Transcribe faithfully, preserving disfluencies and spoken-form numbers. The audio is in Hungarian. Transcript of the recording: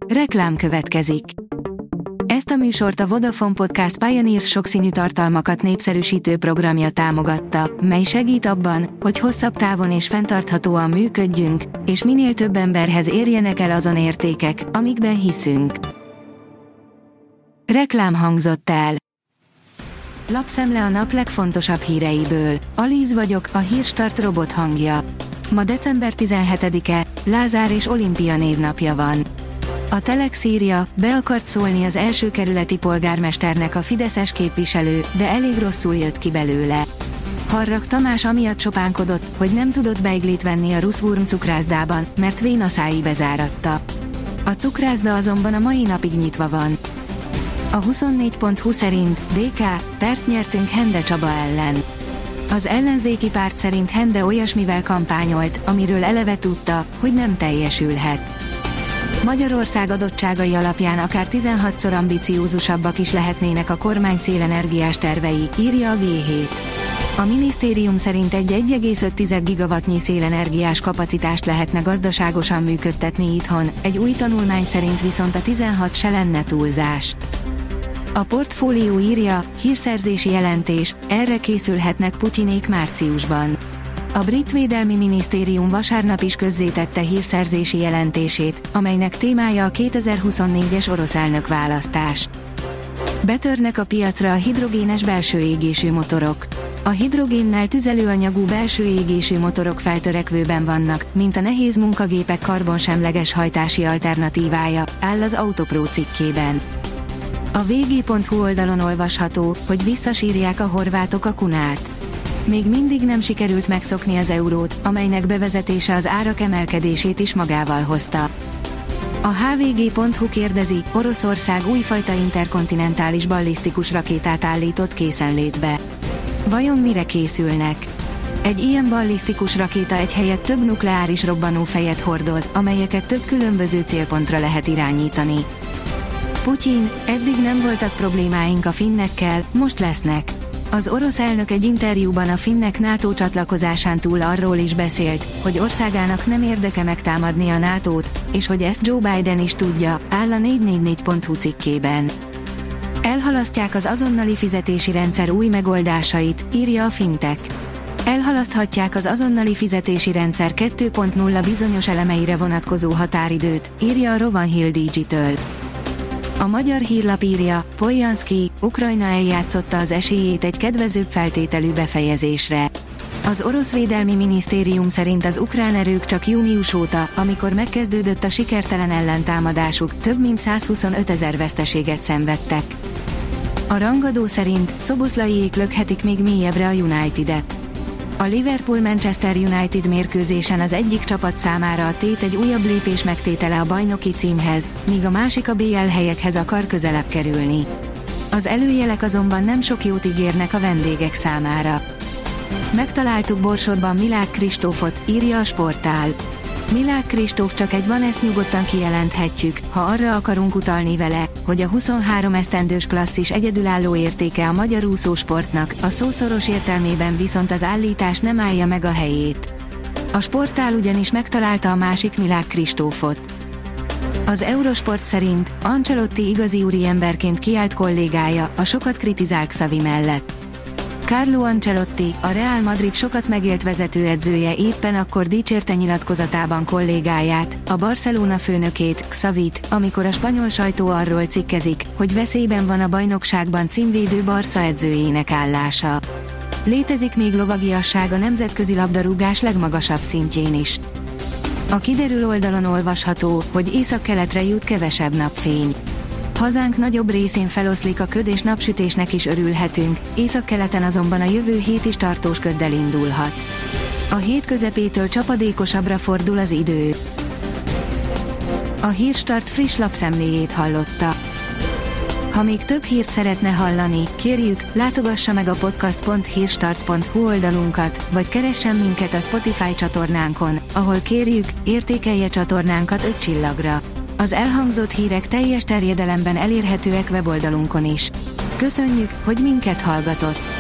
Reklám következik. Ezt a műsort a Vodafone Podcast Pioneers sokszínű tartalmakat népszerűsítő programja támogatta, mely segít abban, hogy hosszabb távon és fenntarthatóan működjünk, és minél több emberhez érjenek el azon értékek, amikben hiszünk. Reklám hangzott el. Lapszemle a nap legfontosabb híreiből. Alíz vagyok, a Hírstart robot hangja. Ma december tizenhetedike, Lázár és Olimpia névnapja van. A Telex írja, be akart szólni az első kerületi polgármesternek a fideszes képviselő, de elég rosszul jött ki belőle. Harrag Tamás amiatt sopánkodott, hogy nem tudott beiglit venni a Ruszwurm cukrászdában, mert vénaszái bezáratta. A cukrászda azonban a mai napig nyitva van. A huszonnégy pont hu szerint dé ká, pert nyertünk Hende Csaba ellen. Az ellenzéki párt szerint Hende olyasmivel kampányolt, amiről eleve tudta, hogy nem teljesülhet. Magyarország adottságai alapján akár tizenhatszor ambiciózusabbak is lehetnének a kormány szélenergiás tervei, írja a gé hét. A minisztérium szerint egy egy egész öt gigawattnyi szélenergiás kapacitást lehetne gazdaságosan működtetni itthon, egy új tanulmány szerint viszont a tizenhat se lenne túlzás. A Portfólió írja, hírszerzési jelentés, erre készülhetnek Putyinék márciusban. A brit védelmi minisztérium vasárnap is közzétette hírszerzési jelentését, amelynek témája a kétezer-huszonnégyes orosz elnökválasztás. Betörnek a piacra a hidrogénes belső égésű motorok. A hidrogénnel tüzelőanyagú belső égésű motorok feltörekvőben vannak, mint a nehéz munkagépek karbonsemleges hajtási alternatívája, áll az Autopro cikkében. A vg pont hu oldalon olvasható, hogy visszasírják a horvátok a kunát. Még mindig nem sikerült megszokni az eurót, amelynek bevezetése az árak emelkedését is magával hozta. A há vé gé pont hu kérdezi, Oroszország újfajta interkontinentális ballisztikus rakétát állított készenlétbe. Vajon mire készülnek? Egy ilyen ballisztikus rakéta egy helyett több nukleáris robbanófejet hordoz, amelyeket több különböző célpontra lehet irányítani. Putyin, eddig nem voltak problémáink a finnekkel, most lesznek. Az orosz elnök egy interjúban a finnek NATO csatlakozásán túl arról is beszélt, hogy országának nem érdeke megtámadni a nátót, és hogy ezt Joe Biden is tudja, áll a négy négy négy pont hu cikkében. Elhalasztják az azonnali fizetési rendszer új megoldásait, írja a Fintech. Elhalaszthatják az azonnali fizetési rendszer kettő pont nulla bizonyos elemeire vonatkozó határidőt, írja a Rowan Hill Digital. A magyar hírlap írja, Poljanszky, Ukrajna eljátszotta az esélyét egy kedvezőbb feltételű befejezésre. Az orosz védelmi minisztérium szerint az ukrán erők csak június óta, amikor megkezdődött a sikertelen ellentámadásuk, több mint százhuszonöt ezer veszteséget szenvedtek. A rangadó szerint Szoboszlaiék lökhetik még mélyebbre a Unitedet. A Liverpool-Manchester United mérkőzésen az egyik csapat számára a tét egy újabb lépés megtétele a bajnoki címhez, míg a másik a bé el helyekhez akar közelebb kerülni. Az előjelek azonban nem sok jót ígérnek a vendégek számára. Megtaláltuk Borsodban Milák Kristófot, írja a Sportál. Milák Kristóf csak egy van, ezt nyugodtan kijelenthetjük, ha arra akarunk utalni vele, hogy a huszonhárom esztendős klasszis egyedülálló értéke a magyar úszósportnak, a szó szoros értelmében viszont az állítás nem állja meg a helyét. A Sportál ugyanis megtalálta a másik Milák Kristófot. Az Eurosport szerint Ancelotti igazi úriemberként kiállt kollégája, a sokat kritizált Xavi mellett. Carlo Ancelotti, a Real Madrid sokat megélt vezetőedzője éppen akkor dicsérte nyilatkozatában kollégáját, a Barcelona főnökét, Xavit, amikor a spanyol sajtó arról cikkezik, hogy veszélyben van a bajnokságban címvédő Barca edzőjének állása. Létezik még lovagiasság a nemzetközi labdarúgás legmagasabb szintjén is. A Kiderül oldalon olvasható, hogy északkeletre jut kevesebb napfény. Hazánk nagyobb részén feloszlik a köd és napsütésnek is örülhetünk, északkeleten azonban a jövő hét is tartós köddel indulhat. A hét közepétől csapadékosabbra fordul az idő. A Hírstart friss lapszemléjét hallotta. Ha még több hírt szeretne hallani, kérjük, látogassa meg a podcast pont hírstart pont hu oldalunkat, vagy keressen minket a Spotify csatornánkon, ahol kérjük, értékelje csatornánkat öt csillagra. Az elhangzott hírek teljes terjedelemben elérhetőek weboldalunkon is. Köszönjük, hogy minket hallgatott!